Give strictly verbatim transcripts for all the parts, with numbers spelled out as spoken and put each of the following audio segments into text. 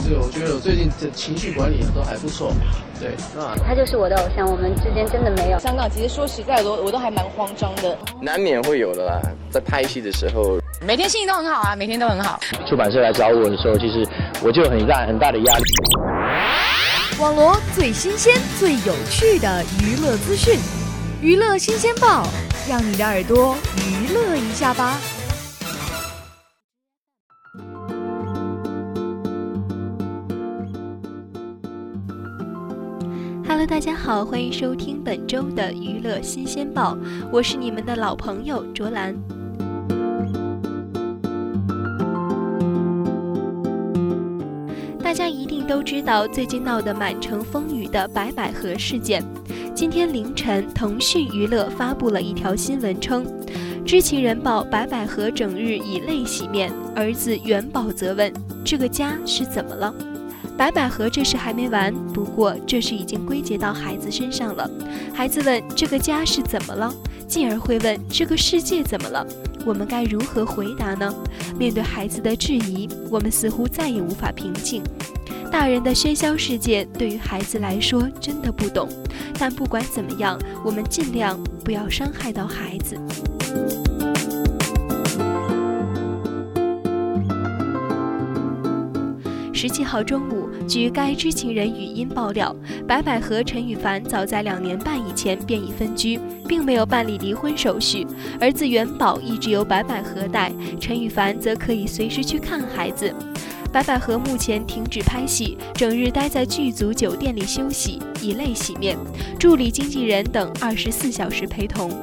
这个我觉得我最近的情绪管理都还不错，对，那他就是我的偶像，我们之间真的没有。 香港其实说实在的，我都还蛮慌张的， 难免会有的啦，在拍戏的时候， 每天心情都很好啊，每天都很好。 出版社来找我的时候，其实我就有很大很大的压力。 网罗最新鲜、最有趣的娱乐资讯，娱乐新鲜报，让你的耳朵娱乐一下吧。 Hello， 大家好，欢迎收听本周的娱乐新鲜报，我是你们的老朋友卓兰。大家一定都知道最近闹得满城风雨的白百合事件。今天凌晨，腾讯娱乐发布了一条新闻称，知情人报白百合整日以泪洗面，儿子元宝则问：这个家是怎么了？白百合这事还没完，不过这事已经归结到孩子身上了。孩子问：这个家是怎么了？进而会问：这个世界怎么了？我们该如何回答呢？面对孩子的质疑，我们似乎再也无法平静。大人的喧嚣世界对于孩子来说真的不懂，但不管怎么样，我们尽量不要伤害到孩子。十七号中午，据该知情人语音爆料，白百合、陈羽凡早在两年半以前便已分居，并没有办理离婚手续。儿子元宝一直由白百合带，陈羽凡则可以随时去看孩子。白百合目前停止拍戏，整日待在剧组酒店里休息，以泪洗面，助理、经纪人等二十四小时陪同。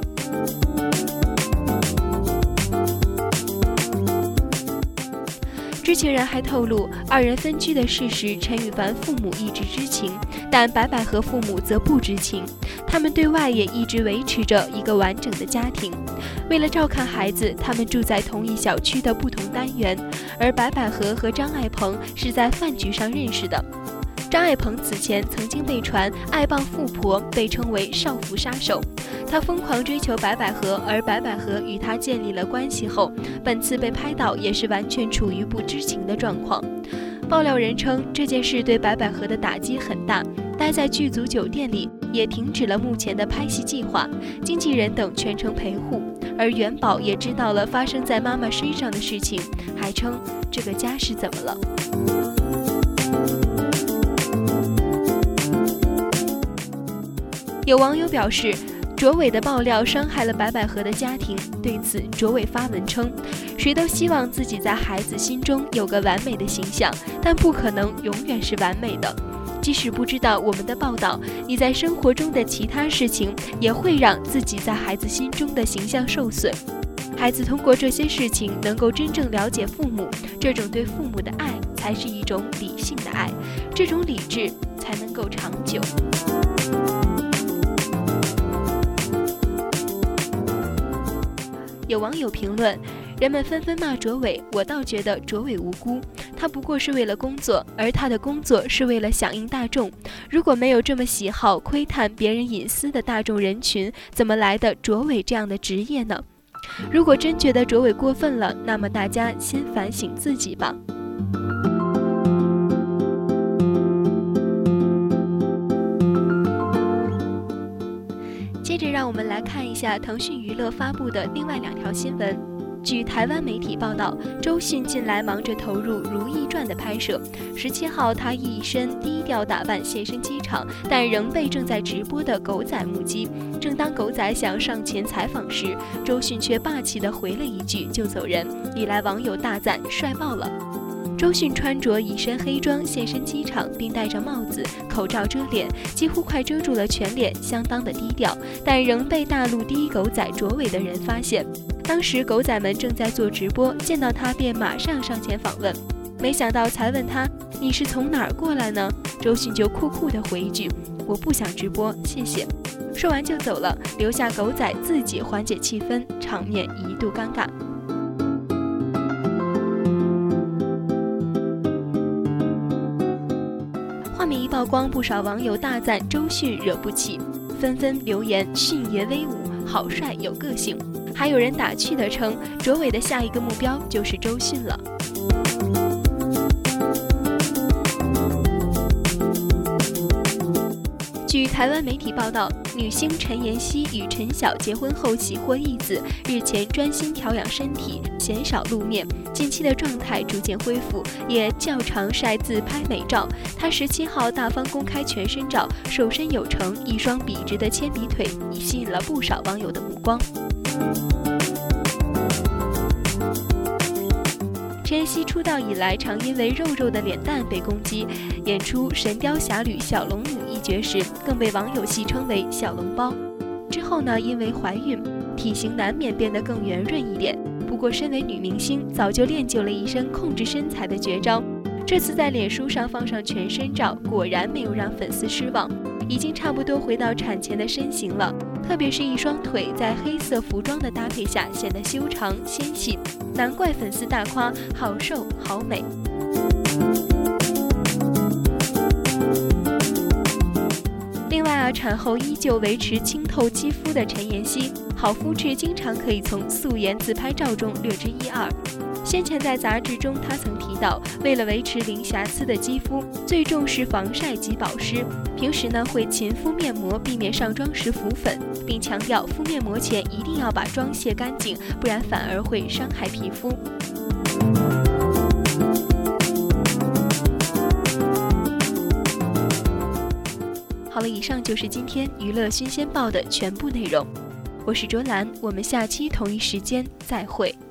知情人还透露，二人分居的事实，陈羽凡父母一直知情，但白百合父母则不知情。他们对外也一直维持着一个完整的家庭。为了照看孩子，他们住在同一小区的不同单元，而白百合和张爱鹏是在饭局上认识的。张爱鹏此前曾经被传爱傍富婆，被称为少妇杀手。他疯狂追求白百合，而白百合与他建立了关系后，本次被拍到也是完全处于不知情的状况。爆料人称，这件事对白百合的打击很大，待在剧组酒店里也停止了目前的拍戏计划，经纪人等全程陪护。而元宝也知道了发生在妈妈身上的事情，还称这个家是怎么了。有网友表示，卓伟的爆料伤害了白百合的家庭。对此，卓伟发文称，谁都希望自己在孩子心中有个完美的形象，但不可能永远是完美的。即使不知道我们的报道，你在生活中的其他事情也会让自己在孩子心中的形象受损。孩子通过这些事情能够真正了解父母，这种对父母的爱才是一种理性的爱，这种理智才能够长久。有网友评论，人们纷纷骂卓伟，我倒觉得卓伟无辜，他不过是为了工作，而他的工作是为了响应大众。如果没有这么喜好窥探别人隐私的大众人群，怎么来的卓伟这样的职业呢？如果真觉得卓伟过分了，那么大家先反省自己吧。接着让我们来看一下腾讯娱乐发布的另外两条新闻。据台湾媒体报道，周迅近来忙着投入《如懿传》的拍摄。十七号，她一身低调打扮现身机场，但仍被正在直播的狗仔目击。正当狗仔想上前采访时，周迅却霸气地回了一句就走人，引来网友大赞帅爆了。周迅穿着一身黑装现身机场，并戴着帽子、口罩遮脸，几乎快遮住了全脸，相当的低调，但仍被大陆第一狗仔卓伟的人发现。当时狗仔们正在做直播，见到他便马上上前访问，没想到才问他你是从哪儿过来呢？周迅就酷酷地回一句我不想直播，谢谢。说完就走了，留下狗仔自己缓解气氛，场面一度尴尬。画面一曝光，不少网友大赞周迅惹不起，纷纷留言迅爷威武，好帅有个性。还有人打趣地称，卓伟的下一个目标就是周迅了。 据台湾媒体报道，女星陈妍希与陈晓结婚后喜获一子，日前专心调养身体，鲜少露面。近期的状态逐渐恢复，也较常晒自拍美照。她十七号大方公开全身照，瘦身有成，一双笔直的铅笔腿已吸引了不少网友的目光。陈妍希出道以来，常因为肉肉的脸蛋被攻击，演出《神雕侠侣》小龙女一角时，更被网友戏称为小笼包。之后呢，因为怀孕，体型难免变得更圆润一点。不过，身为女明星，早就练就了一身控制身材的绝招。这次在脸书上放上全身照，果然没有让粉丝失望，已经差不多回到产前的身形了。特别是一双腿在黑色服装的搭配下显得修长纤细，难怪粉丝大夸好瘦好美。另外啊，产后依旧维持清透肌肤的陈妍希，好肤质经常可以从素颜自拍照中略知一二。先前在杂志中，她曾提到，为了维持零瑕疵的肌肤，最重视防晒及保湿。平时呢，会勤敷面膜，避免上妆时浮粉，并强调敷面膜前一定要把妆卸干净，不然反而会伤害皮肤。好了，以上就是今天娱乐新鲜报的全部内容。我是卓兰，我们下期同一时间再会。